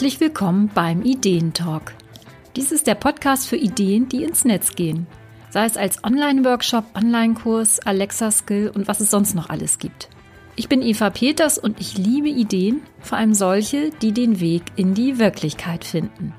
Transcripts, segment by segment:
Herzlich willkommen beim Ideentalk. Dies ist der Podcast für Ideen, die ins Netz gehen. Sei es als Online-Workshop, Online-Kurs, Alexa-Skill und was es sonst noch alles gibt. Ich bin Eva Peters und ich liebe Ideen, vor allem solche, die den Weg in die Wirklichkeit finden.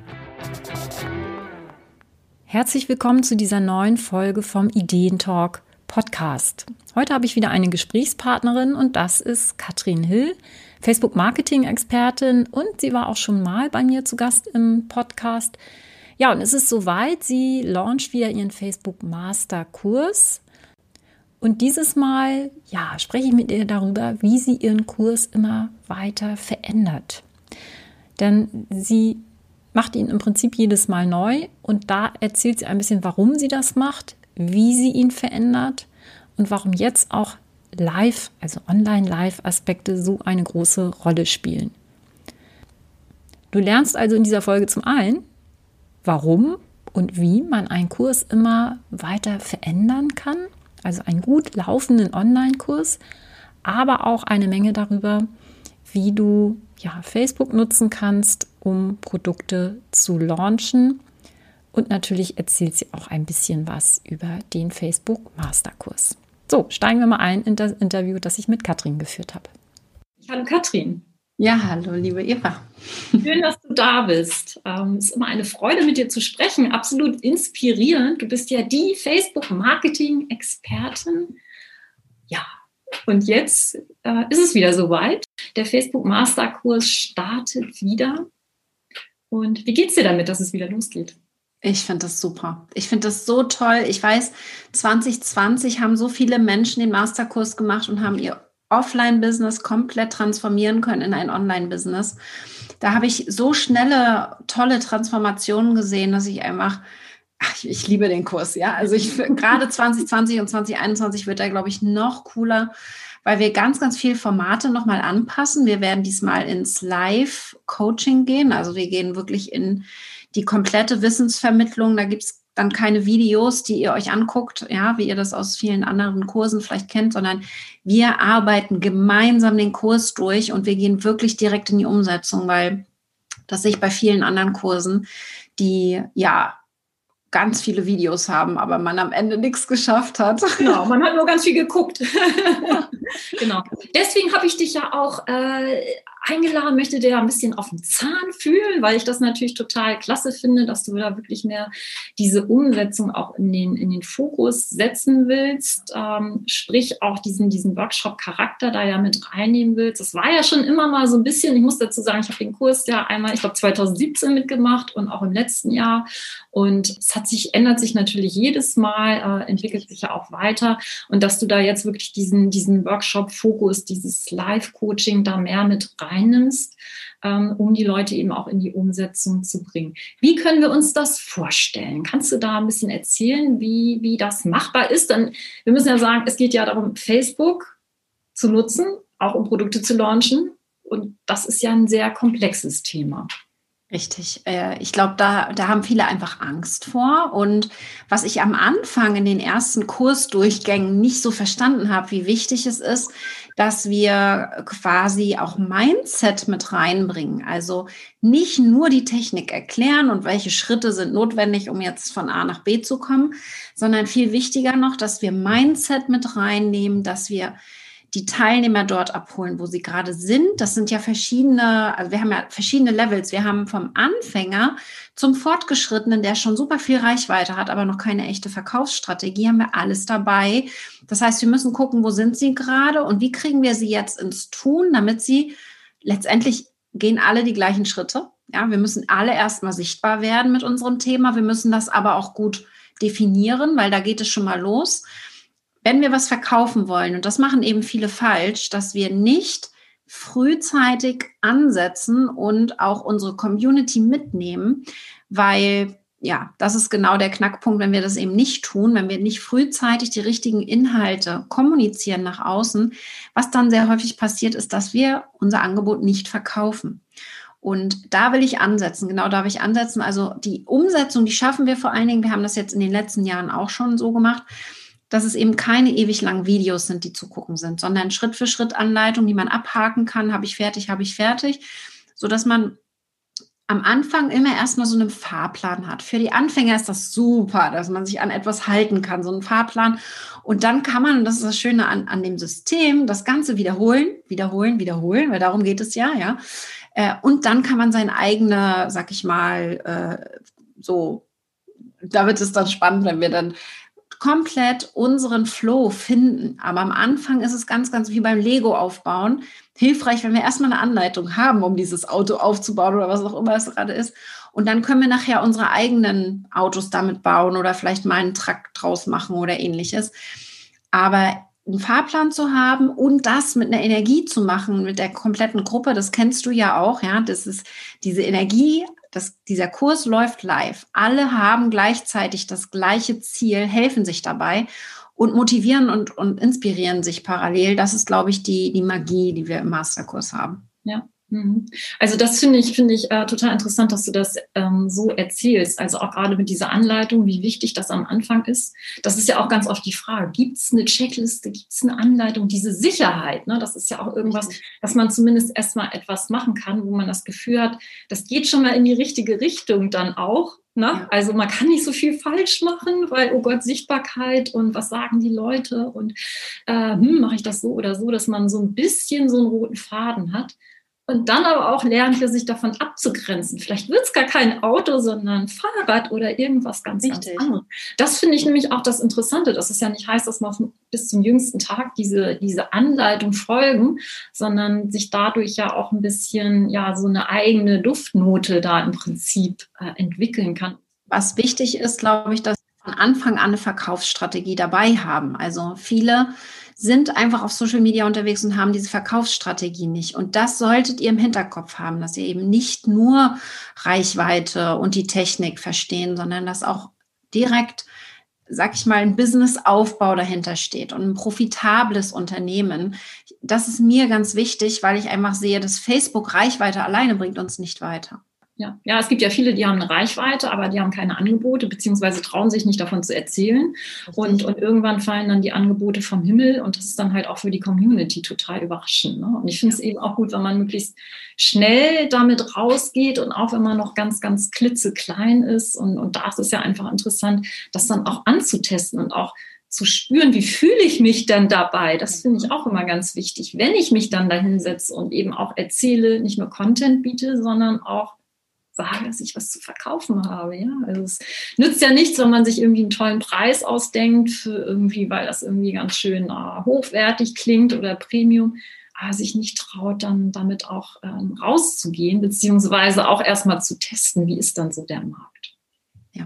Herzlich willkommen zu dieser neuen Folge vom Ideentalk Podcast. Heute habe ich wieder eine Gesprächspartnerin und das ist Katrin Hill, Facebook-Marketing-Expertin, und sie war auch schon mal bei mir zu Gast im Podcast. Ja, und es ist soweit, sie launcht wieder ihren Facebook-Master-Kurs. Und dieses Mal, spreche ich mit ihr darüber, wie sie ihren Kurs immer weiter verändert. Denn sie macht ihn im Prinzip jedes Mal neu und da erzählt sie ein bisschen, warum sie das macht, wie sie ihn verändert und warum jetzt auch Live, also Online-Live-Aspekte so eine große Rolle spielen. Du lernst also in dieser Folge zum einen, warum und wie man einen Kurs immer weiter verändern kann, also einen gut laufenden Online-Kurs, aber auch eine Menge darüber, wie du Facebook nutzen kannst, um Produkte zu launchen. Und natürlich erzählt sie auch ein bisschen was über den Facebook-Masterkurs. So, steigen wir mal ein in das Interview, das ich mit Katrin geführt habe. Hallo Katrin. Ja, hallo liebe Eva. Schön, dass du da bist. Es ist immer eine Freude, mit dir zu sprechen. Absolut inspirierend. Du bist ja die Facebook-Marketing-Expertin. Ja, und jetzt ist es wieder soweit. Der Facebook-Masterkurs startet wieder. Und wie geht's dir damit, dass es wieder losgeht? Ich finde das super. Ich finde das so toll. Ich weiß, 2020 haben so viele Menschen den Masterkurs gemacht und haben ihr Offline-Business komplett transformieren können in ein Online-Business. Da habe ich so schnelle, tolle Transformationen gesehen, dass ich einfach, ich liebe den Kurs, ja. Also gerade 2020 und 2021 wird er, glaube ich, noch cooler, weil wir ganz, ganz viele Formate nochmal anpassen. Wir werden diesmal ins Live-Coaching gehen. Also wir gehen wirklich in die komplette Wissensvermittlung. Da gibt es dann keine Videos, die ihr euch anguckt, ja, wie ihr das aus vielen anderen Kursen vielleicht kennt, sondern wir arbeiten gemeinsam den Kurs durch und wir gehen wirklich direkt in die Umsetzung, weil das sehe ich bei vielen anderen Kursen, die ganz viele Videos haben, aber man am Ende nichts geschafft hat. Genau, man hat nur ganz viel geguckt. Genau. Deswegen habe ich dich ja auch eingeladen, möchte dir ein bisschen auf den Zahn fühlen, weil ich das natürlich total klasse finde, dass du da wirklich mehr diese Umsetzung auch in den Fokus setzen willst, sprich auch diesen Workshop-Charakter da ja mit reinnehmen willst. Das war ja schon immer mal so ein bisschen, ich muss dazu sagen, ich habe den Kurs ja einmal, ich glaube 2017 mitgemacht und auch im letzten Jahr, und es ändert sich natürlich jedes Mal, entwickelt sich ja auch weiter, und dass du da jetzt wirklich diesen Workshop-Fokus, dieses Live-Coaching da mehr mit reinnimmst, um die Leute eben auch in die Umsetzung zu bringen. Wie können wir uns das vorstellen? Kannst du da ein bisschen erzählen, wie das machbar ist? Denn wir müssen ja sagen, es geht ja darum, Facebook zu nutzen, auch um Produkte zu launchen, und das ist ja ein sehr komplexes Thema. Richtig. Ich glaube, da haben viele einfach Angst vor. Und was ich am Anfang in den ersten Kursdurchgängen nicht so verstanden habe, wie wichtig es ist, dass wir quasi auch Mindset mit reinbringen. Also nicht nur die Technik erklären und welche Schritte sind notwendig, um jetzt von A nach B zu kommen, sondern viel wichtiger noch, dass wir Mindset mit reinnehmen, dass wir die Teilnehmer dort abholen, wo sie gerade sind. Das sind ja wir haben ja verschiedene Levels. Wir haben vom Anfänger zum Fortgeschrittenen, der schon super viel Reichweite hat, aber noch keine echte Verkaufsstrategie, haben wir alles dabei. Das heißt, wir müssen gucken, wo sind sie gerade und wie kriegen wir sie jetzt ins Tun, damit sie letztendlich gehen alle die gleichen Schritte. Ja, wir müssen alle erstmal sichtbar werden mit unserem Thema. Wir müssen das aber auch gut definieren, weil da geht es schon mal los. Wenn wir was verkaufen wollen, und das machen eben viele falsch, dass wir nicht frühzeitig ansetzen und auch unsere Community mitnehmen, weil das ist genau der Knackpunkt, wenn wir das eben nicht tun, wenn wir nicht frühzeitig die richtigen Inhalte kommunizieren nach außen. Was dann sehr häufig passiert, ist, dass wir unser Angebot nicht verkaufen. Und da will ich ansetzen, genau da will ich ansetzen. Also die Umsetzung, die schaffen wir vor allen Dingen, wir haben das jetzt in den letzten Jahren auch schon so gemacht, dass es eben keine ewig langen Videos sind, die zu gucken sind, sondern Schritt-für-Schritt-Anleitungen, die man abhaken kann, habe ich fertig, sodass man am Anfang immer erstmal so einen Fahrplan hat. Für die Anfänger ist das super, dass man sich an etwas halten kann, so einen Fahrplan. Und dann kann man, und das ist das Schöne an dem System, das Ganze wiederholen, weil darum geht es ja. Und dann kann man seine eigene, sag ich mal, da wird es dann spannend, wenn wir dann komplett unseren Flow finden. Aber am Anfang ist es ganz, ganz wie beim Lego aufbauen. Hilfreich, wenn wir erstmal eine Anleitung haben, um dieses Auto aufzubauen oder was auch immer es gerade ist. Und dann können wir nachher unsere eigenen Autos damit bauen oder vielleicht mal einen Truck draus machen oder ähnliches. Aber einen Fahrplan zu haben und das mit einer Energie zu machen, mit der kompletten Gruppe, das kennst du ja auch, ja, das ist diese Energie, dieser Kurs läuft live. Alle haben gleichzeitig das gleiche Ziel, helfen sich dabei und motivieren und inspirieren sich parallel. Das ist, glaube ich, die Magie, die wir im Masterkurs haben. Ja. Also das finde ich total interessant, dass du das so erzählst. Also auch gerade mit dieser Anleitung, wie wichtig das am Anfang ist. Das ist ja auch ganz oft die Frage, gibt es eine Checkliste, gibt es eine Anleitung? Diese Sicherheit, ne? Das ist ja auch irgendwas, dass man zumindest erstmal etwas machen kann, wo man das Gefühl hat, das geht schon mal in die richtige Richtung dann auch. Ne? Ja. Also man kann nicht so viel falsch machen, weil, oh Gott, Sichtbarkeit und was sagen die Leute und mache ich das so oder so, dass man so ein bisschen so einen roten Faden hat. Und dann aber auch lernen wir, sich davon abzugrenzen. Vielleicht wird es gar kein Auto, sondern ein Fahrrad oder irgendwas ganz anderes. Das finde ich nämlich auch das Interessante, dass es ja nicht heißt, dass man bis zum jüngsten Tag diese Anleitung folgen, sondern sich dadurch ja auch ein bisschen so eine eigene Duftnote da im Prinzip entwickeln kann. Was wichtig ist, glaube ich, dass wir von Anfang an eine Verkaufsstrategie dabei haben. Also viele sind einfach auf Social Media unterwegs und haben diese Verkaufsstrategie nicht. Und das solltet ihr im Hinterkopf haben, dass ihr eben nicht nur Reichweite und die Technik verstehen, sondern dass auch direkt, sag ich mal, ein Businessaufbau dahinter steht und ein profitables Unternehmen. Das ist mir ganz wichtig, weil ich einfach sehe, dass Facebook Reichweite alleine bringt uns nicht weiter. Ja, es gibt ja viele, die haben eine Reichweite, aber die haben keine Angebote, beziehungsweise trauen sich nicht davon zu erzählen. Und irgendwann fallen dann die Angebote vom Himmel und das ist dann halt auch für die Community total überraschend. Ne? Und ich finde es eben auch gut, wenn man möglichst schnell damit rausgeht und auch wenn man noch ganz, ganz klitzeklein ist. Und da ist es ja einfach interessant, das dann auch anzutesten und auch zu spüren, wie fühle ich mich dann dabei? Das finde ich auch immer ganz wichtig. Wenn ich mich dann da hinsetze und eben auch erzähle, nicht nur Content biete, sondern auch sage, dass ich was zu verkaufen habe. Ja? Also es nützt ja nichts, wenn man sich irgendwie einen tollen Preis ausdenkt, für irgendwie, weil das irgendwie ganz schön hochwertig klingt oder Premium, aber sich nicht traut, dann damit auch rauszugehen, beziehungsweise auch erstmal zu testen, wie ist dann so der Markt. Ja.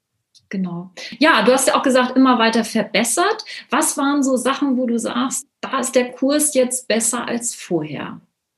Genau. Ja, du hast ja auch gesagt, immer weiter verbessert. Was waren so Sachen, wo du sagst, da ist der Kurs jetzt besser als vorher?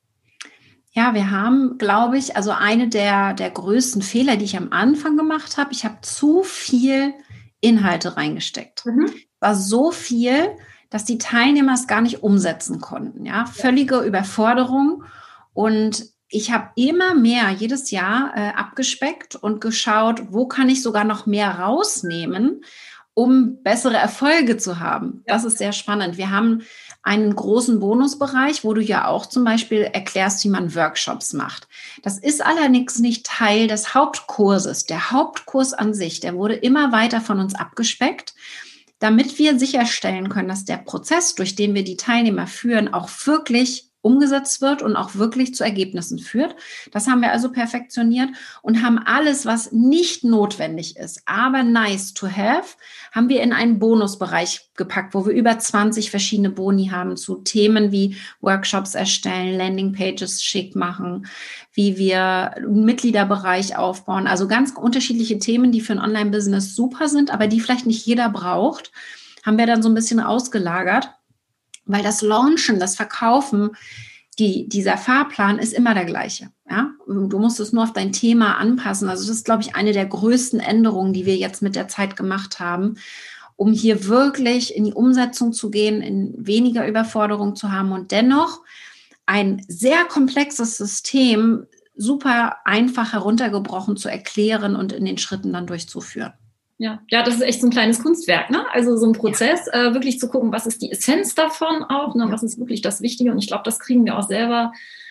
Ja, wir haben, glaube ich, also eine der größten Fehler, die ich am Anfang gemacht habe, ich habe zu viel Inhalte reingesteckt. War so viel, dass die Teilnehmer es gar nicht umsetzen konnten. Ja, völlige Überforderung. Und ich habe immer mehr jedes Jahr abgespeckt und geschaut, wo kann ich sogar noch mehr rausnehmen, um bessere Erfolge zu haben. Das ist sehr spannend. Wir haben einen großen Bonusbereich, wo du ja auch zum Beispiel erklärst, wie man Workshops macht. Das ist allerdings nicht Teil des Hauptkurses. Der Hauptkurs an sich, der wurde immer weiter von uns abgespeckt, damit wir sicherstellen können, dass der Prozess, durch den wir die Teilnehmer führen, auch wirklich umgesetzt wird und auch wirklich zu Ergebnissen führt. Das haben wir also perfektioniert und haben alles, was nicht notwendig ist, aber nice to have, haben wir in einen Bonusbereich gepackt, wo wir über 20 verschiedene Boni haben zu Themen wie Workshops erstellen, Landingpages schick machen, wie wir einen Mitgliederbereich aufbauen. Also ganz unterschiedliche Themen, die für ein Online-Business super sind, aber die vielleicht nicht jeder braucht, haben wir dann so ein bisschen ausgelagert. Weil das Launchen, das Verkaufen, dieser Fahrplan ist immer der gleiche. Ja? Du musst es nur auf dein Thema anpassen. Also das ist, glaube ich, eine der größten Änderungen, die wir jetzt mit der Zeit gemacht haben, um hier wirklich in die Umsetzung zu gehen, in weniger Überforderung zu haben und dennoch ein sehr komplexes System super einfach heruntergebrochen zu erklären und in den Schritten dann durchzuführen. Ja, das ist echt so ein kleines Kunstwerk, ne? Also so ein Prozess, wirklich zu gucken, was ist die Essenz davon auch, ne? Was ist wirklich das Wichtige? Und ich glaube, das kriegen wir auch selber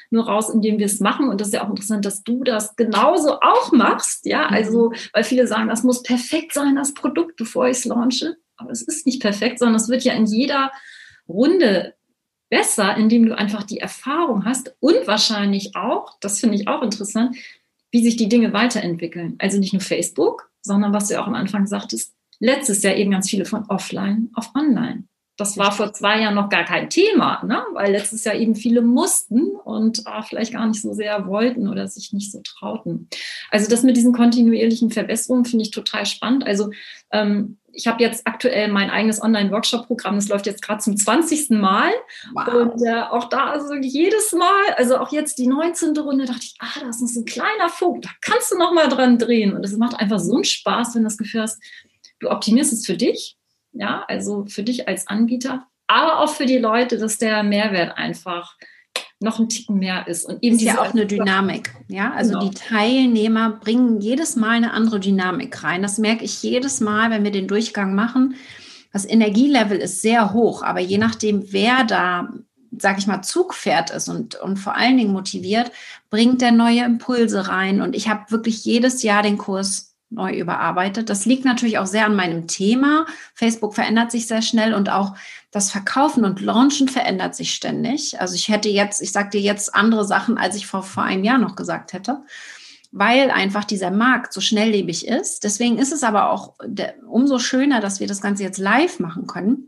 nur raus, indem wir es machen. Und das ist ja auch interessant, dass du das genauso auch machst. Ja, also, weil viele sagen, das muss perfekt sein, das Produkt, bevor ich es launche. Aber es ist nicht perfekt, sondern es wird ja in jeder Runde besser, indem du einfach die Erfahrung hast und wahrscheinlich auch, das finde ich auch interessant, wie sich die Dinge weiterentwickeln. Also nicht nur Facebook, sondern was du ja auch am Anfang sagtest, letztes Jahr eben ganz viele von offline auf online. Das war vor 2 Jahren noch gar kein Thema, ne? Weil letztes Jahr eben viele mussten und vielleicht gar nicht so sehr wollten oder sich nicht so trauten. Also das mit diesen kontinuierlichen Verbesserungen finde ich total spannend. Also ich habe jetzt aktuell mein eigenes Online-Workshop-Programm, das läuft jetzt gerade zum 20. Mal. Wow. Und auch da, also jedes Mal, also auch jetzt die 19. Runde, dachte ich, da ist noch so ein kleiner Punkt, da kannst du noch mal dran drehen. Und es macht einfach so einen Spaß, wenn du das Gefühl hast, du optimierst es für dich, ja, also für dich als Anbieter, aber auch für die Leute, dass der Mehrwert einfach noch ein Ticken mehr ist. Und eben ist ja auch eine Dynamik, ja, also genau. Die Teilnehmer bringen jedes Mal eine andere Dynamik rein. Das merke ich jedes Mal, wenn wir den Durchgang machen. Das Energielevel ist sehr hoch, aber je nachdem, wer da, sag ich mal, Zugpferd ist und vor allen Dingen motiviert, bringt der neue Impulse rein. Und ich habe wirklich jedes Jahr den Kurs neu überarbeitet. Das liegt natürlich auch sehr an meinem Thema. Facebook verändert sich sehr schnell und auch das Verkaufen und Launchen verändert sich ständig. Also ich sage dir jetzt andere Sachen, als ich vor einem Jahr noch gesagt hätte, weil einfach dieser Markt so schnelllebig ist. Deswegen ist es aber auch umso schöner, dass wir das Ganze jetzt live machen können.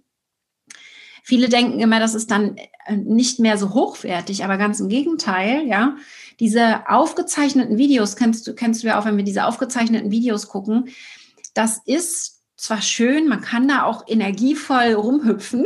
Viele denken immer, das ist dann nicht mehr so hochwertig, aber ganz im Gegenteil, ja. Diese aufgezeichneten Videos, kennst du ja auch, wenn wir diese aufgezeichneten Videos gucken, das ist zwar schön, man kann da auch energievoll rumhüpfen,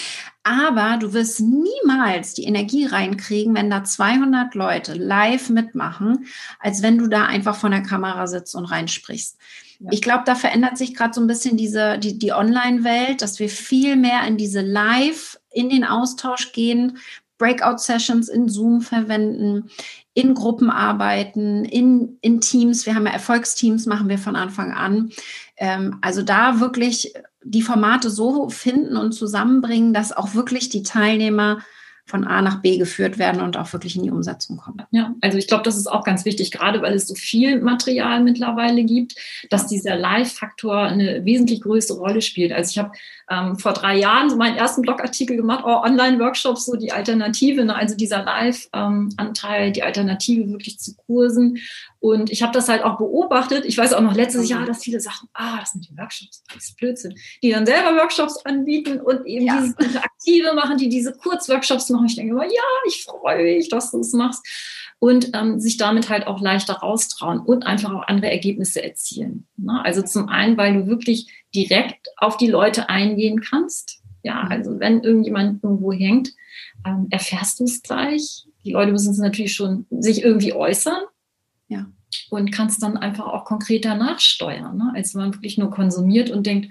aber du wirst niemals die Energie reinkriegen, wenn da 200 Leute live mitmachen, als wenn du da einfach vor der Kamera sitzt und reinsprichst. Ja. Ich glaube, da verändert sich gerade so ein bisschen die Online-Welt, dass wir viel mehr in diese Live, in den Austausch gehen, Breakout-Sessions in Zoom verwenden, in Gruppen arbeiten, in Teams. Wir haben ja Erfolgsteams, machen wir von Anfang an. Also da wirklich die Formate so finden und zusammenbringen, dass auch wirklich die Teilnehmer von A nach B geführt werden und auch wirklich in die Umsetzung kommen. Ja, also ich glaube, das ist auch ganz wichtig, gerade weil es so viel Material mittlerweile gibt, dass dieser Live-Faktor eine wesentlich größere Rolle spielt. Also ich habe vor 3 Jahren so meinen ersten Blogartikel gemacht, Online-Workshops, so die Alternative, ne? Also dieser Live-Anteil, die Alternative wirklich zu Kursen. Und ich habe das halt auch beobachtet. Ich weiß auch noch letztes Jahr, dass viele sagen, das sind die Workshops, das ist Blödsinn. Die dann selber Workshops anbieten und eben dieses Interaktive machen, die diese Kurzworkshops machen. Ich denke immer, ja, ich freue mich, dass du es machst. Und sich damit halt auch leichter raustrauen und einfach auch andere Ergebnisse erzielen. Ne? Also zum einen, weil du wirklich direkt auf die Leute eingehen kannst. Ja, also wenn irgendjemand irgendwo hängt, erfährst du es gleich. Die Leute müssen es natürlich schon sich irgendwie äußern. Ja. Und kannst dann einfach auch konkreter nachsteuern, ne? Als wenn man wirklich nur konsumiert und denkt,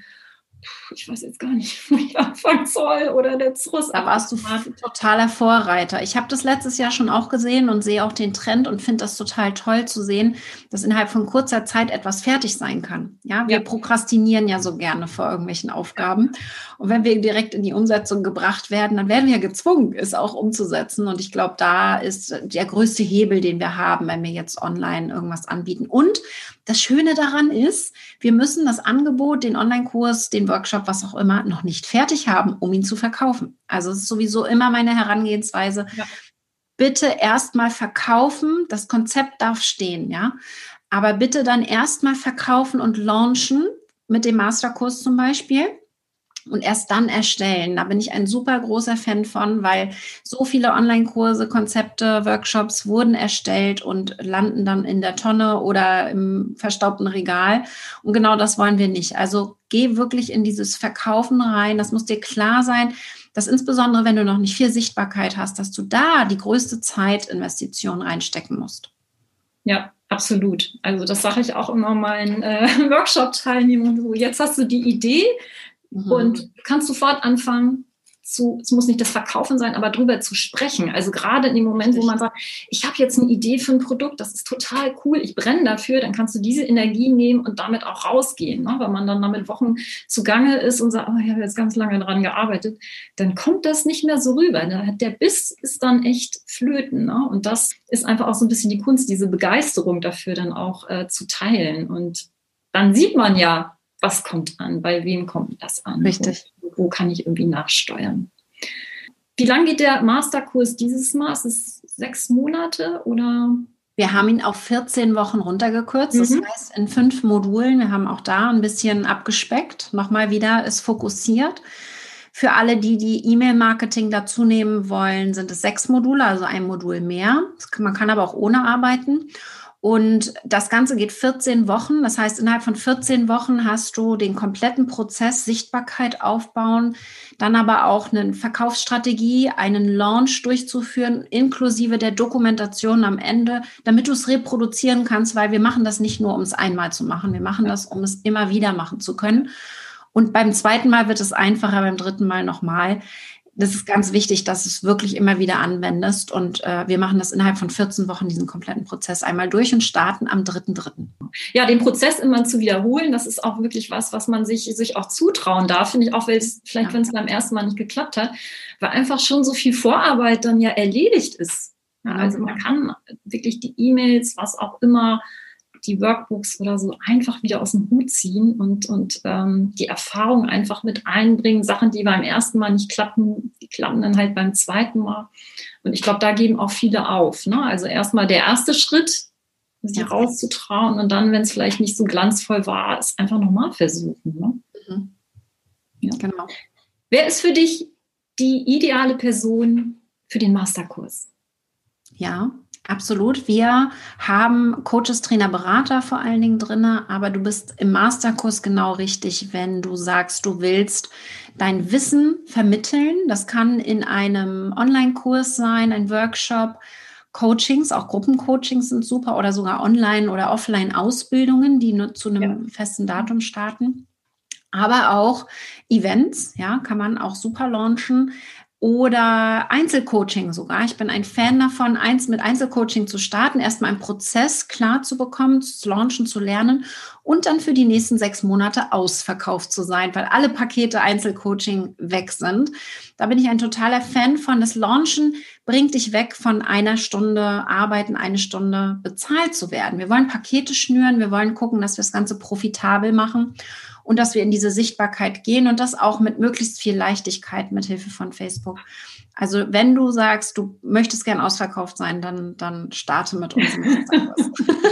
ich weiß jetzt gar nicht, wo ich anfangen soll oder der Zurück. Da warst du totaler Vorreiter. Ich habe das letztes Jahr schon auch gesehen und sehe auch den Trend und finde das total toll zu sehen, dass innerhalb von kurzer Zeit etwas fertig sein kann. Ja, wir prokrastinieren ja so gerne vor irgendwelchen Aufgaben. Und wenn wir direkt in die Umsetzung gebracht werden, dann werden wir gezwungen, es auch umzusetzen. Und ich glaube, da ist der größte Hebel, den wir haben, wenn wir jetzt online irgendwas anbieten. Und das Schöne daran ist, wir müssen das Angebot, den Online-Kurs, den Workshop, was auch immer, noch nicht fertig haben, um ihn zu verkaufen. Also es ist sowieso immer meine Herangehensweise. Ja. Bitte erstmal verkaufen, das Konzept darf stehen, ja. Aber bitte dann erstmal verkaufen und launchen mit dem Masterkurs zum Beispiel. Und erst dann erstellen. Da bin ich ein super großer Fan von, weil so viele Online-Kurse, Konzepte, Workshops wurden erstellt und landen dann in der Tonne oder im verstaubten Regal. Und genau das wollen wir nicht. Also geh wirklich in dieses Verkaufen rein. Das muss dir klar sein, dass insbesondere, wenn du noch nicht viel Sichtbarkeit hast, dass du da die größte Zeitinvestition reinstecken musst. Ja, absolut. Also das sage ich auch immer meinen Workshop-Teilnehmern. So, jetzt hast du die Idee, und du kannst sofort anfangen, es muss nicht das Verkaufen sein, aber drüber zu sprechen. Also gerade in dem Moment, wo man sagt, ich habe jetzt eine Idee für ein Produkt, das ist total cool, ich brenne dafür, dann kannst du diese Energie nehmen und damit auch rausgehen. Ne? Wenn man dann damit Wochen zugange ist und sagt, oh, ich habe jetzt ganz lange dran gearbeitet, dann kommt das nicht mehr so rüber. Der Biss ist dann echt flöten. Ne? Und das ist einfach auch so ein bisschen die Kunst, diese Begeisterung dafür dann auch zu teilen. Und dann sieht man ja, was kommt an, bei wem kommt das an? Richtig. Wo kann ich irgendwie nachsteuern? Wie lang geht der Masterkurs dieses Mal? Ist es 6 Monate oder? Wir haben ihn auf 14 Wochen runtergekürzt. Das heißt, in 5 Modulen. Wir haben auch da ein bisschen abgespeckt. Nochmal wieder, ist fokussiert. Für alle, die E-Mail-Marketing dazu nehmen wollen, sind es 6 Module, also ein Modul mehr. Man kann aber auch ohne arbeiten. Und das Ganze geht 14 Wochen. Das heißt, innerhalb von 14 Wochen hast du den kompletten Prozess, Sichtbarkeit aufbauen, dann aber auch eine Verkaufsstrategie, einen Launch durchzuführen, inklusive der Dokumentation am Ende, damit du es reproduzieren kannst, weil wir machen das nicht nur, um es einmal zu machen. Wir machen das, um es immer wieder machen zu können. Und beim 2. Mal wird es einfacher, beim 3. Mal nochmal. Das ist ganz wichtig, dass du es wirklich immer wieder anwendest. Und wir machen das innerhalb von 14 Wochen, diesen kompletten Prozess einmal durch und starten am 3.3. Ja, den Prozess immer zu wiederholen, das ist auch wirklich was man sich auch zutrauen darf, finde ich, auch wenn es beim ersten Mal nicht geklappt hat, weil einfach schon so viel Vorarbeit dann ja erledigt ist. Ja, also man kann wirklich die E-Mails, was auch immer, die Workbooks oder so einfach wieder aus dem Hut ziehen und die Erfahrung einfach mit einbringen. Sachen, die beim ersten Mal nicht klappen, die klappen dann halt beim 2. Mal. Und ich glaube, da geben auch viele auf. Ne? Also erstmal der erste Schritt, sich rauszutrauen und dann, wenn es vielleicht nicht so glanzvoll war, es einfach nochmal versuchen. Ne? Ja. Genau. Wer ist für dich die ideale Person für den Masterkurs? Ja, absolut. Wir haben Coaches, Trainer, Berater vor allen Dingen drin, aber du bist im Masterkurs genau richtig, wenn du sagst, du willst dein Wissen vermitteln. Das kann in einem Online-Kurs sein, ein Workshop, Coachings, auch Gruppencoachings sind super oder sogar Online- oder Offline-Ausbildungen, die nur zu einem festen Datum starten. Aber auch Events, ja, kann man auch super launchen. Oder Einzelcoaching sogar. Ich bin ein Fan davon, mit Einzelcoaching zu starten, erstmal einen Prozess klar zu bekommen, zu launchen, zu lernen und dann für die nächsten 6 Monate ausverkauft zu sein, weil alle Pakete Einzelcoaching weg sind. Da bin ich ein totaler Fan von. Das Launchen bringt dich weg von 1 Stunde Arbeiten, 1 Stunde bezahlt zu werden. Wir wollen Pakete schnüren, wir wollen gucken, dass wir das Ganze profitabel machen. Und dass wir in diese Sichtbarkeit gehen und das auch mit möglichst viel Leichtigkeit mit Hilfe von Facebook. Also wenn du sagst, du möchtest gern ausverkauft sein, dann starte mit unserem Masterkurs.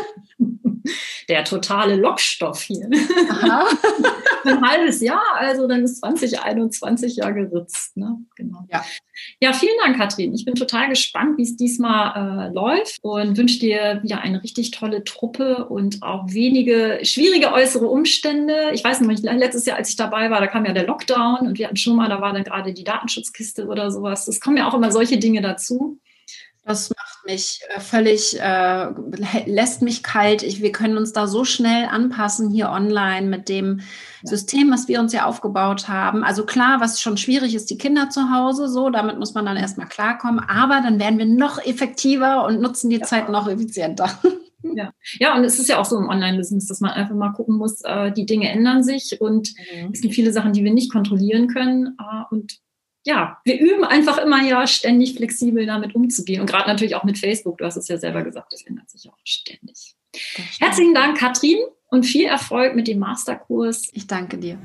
Der totale Lockstoff hier. Aha. Ein halbes Jahr, also dann ist 2021 ja geritzt. Ne? Genau. Ja, vielen Dank, Katrin. Ich bin total gespannt, wie es diesmal läuft und wünsche dir wieder eine richtig tolle Truppe und auch wenige schwierige äußere Umstände. Ich weiß nicht, letztes Jahr, als ich dabei war, da kam ja der Lockdown und wir hatten schon mal, da war dann gerade die Datenschutzkiste oder sowas. Es kommen ja auch immer solche Dinge dazu. Das macht mich völlig, lässt mich kalt. Wir können uns da so schnell anpassen hier online mit dem System, was wir uns ja aufgebaut haben. Also klar, was schon schwierig ist, die Kinder zu Hause, so, damit muss man dann erstmal klarkommen. Aber dann werden wir noch effektiver und nutzen die Zeit noch effizienter. Ja, und es ist ja auch so im Online-Business, dass man einfach mal gucken muss, die Dinge ändern sich und es gibt viele Sachen, die wir nicht kontrollieren können und ja, wir üben einfach immer ja ständig flexibel damit umzugehen und gerade natürlich auch mit Facebook. Du hast es ja selber gesagt, das ändert sich auch ständig. Herzlichen Dank, Katrin, und viel Erfolg mit dem Masterkurs. Ich danke dir.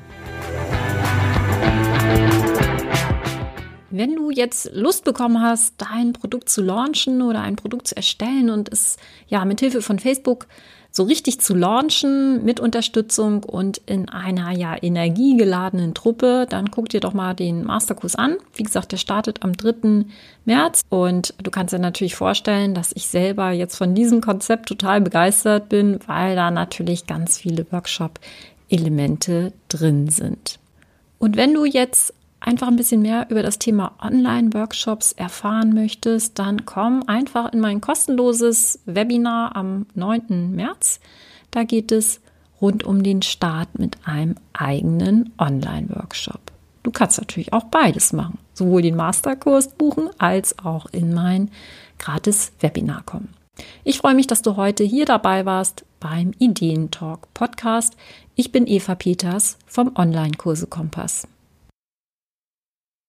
Wenn du jetzt Lust bekommen hast, dein Produkt zu launchen oder ein Produkt zu erstellen und es ja mit Hilfe von Facebook so richtig zu launchen mit Unterstützung und in einer ja energiegeladenen Truppe, dann guck dir doch mal den Masterkurs an. Wie gesagt, der startet am 3. März und du kannst dir natürlich vorstellen, dass ich selber jetzt von diesem Konzept total begeistert bin, weil da natürlich ganz viele Workshop-Elemente drin sind. Und wenn du jetzt einfach ein bisschen mehr über das Thema Online-Workshops erfahren möchtest, dann komm einfach in mein kostenloses Webinar am 9. März. Da geht es rund um den Start mit einem eigenen Online-Workshop. Du kannst natürlich auch beides machen. sowohl den Masterkurs buchen als auch in mein gratis Webinar kommen. Ich freue mich, dass du heute hier dabei warst beim Ideentalk Podcast. Ich bin Eva Peters vom Online-Kurse Kompass.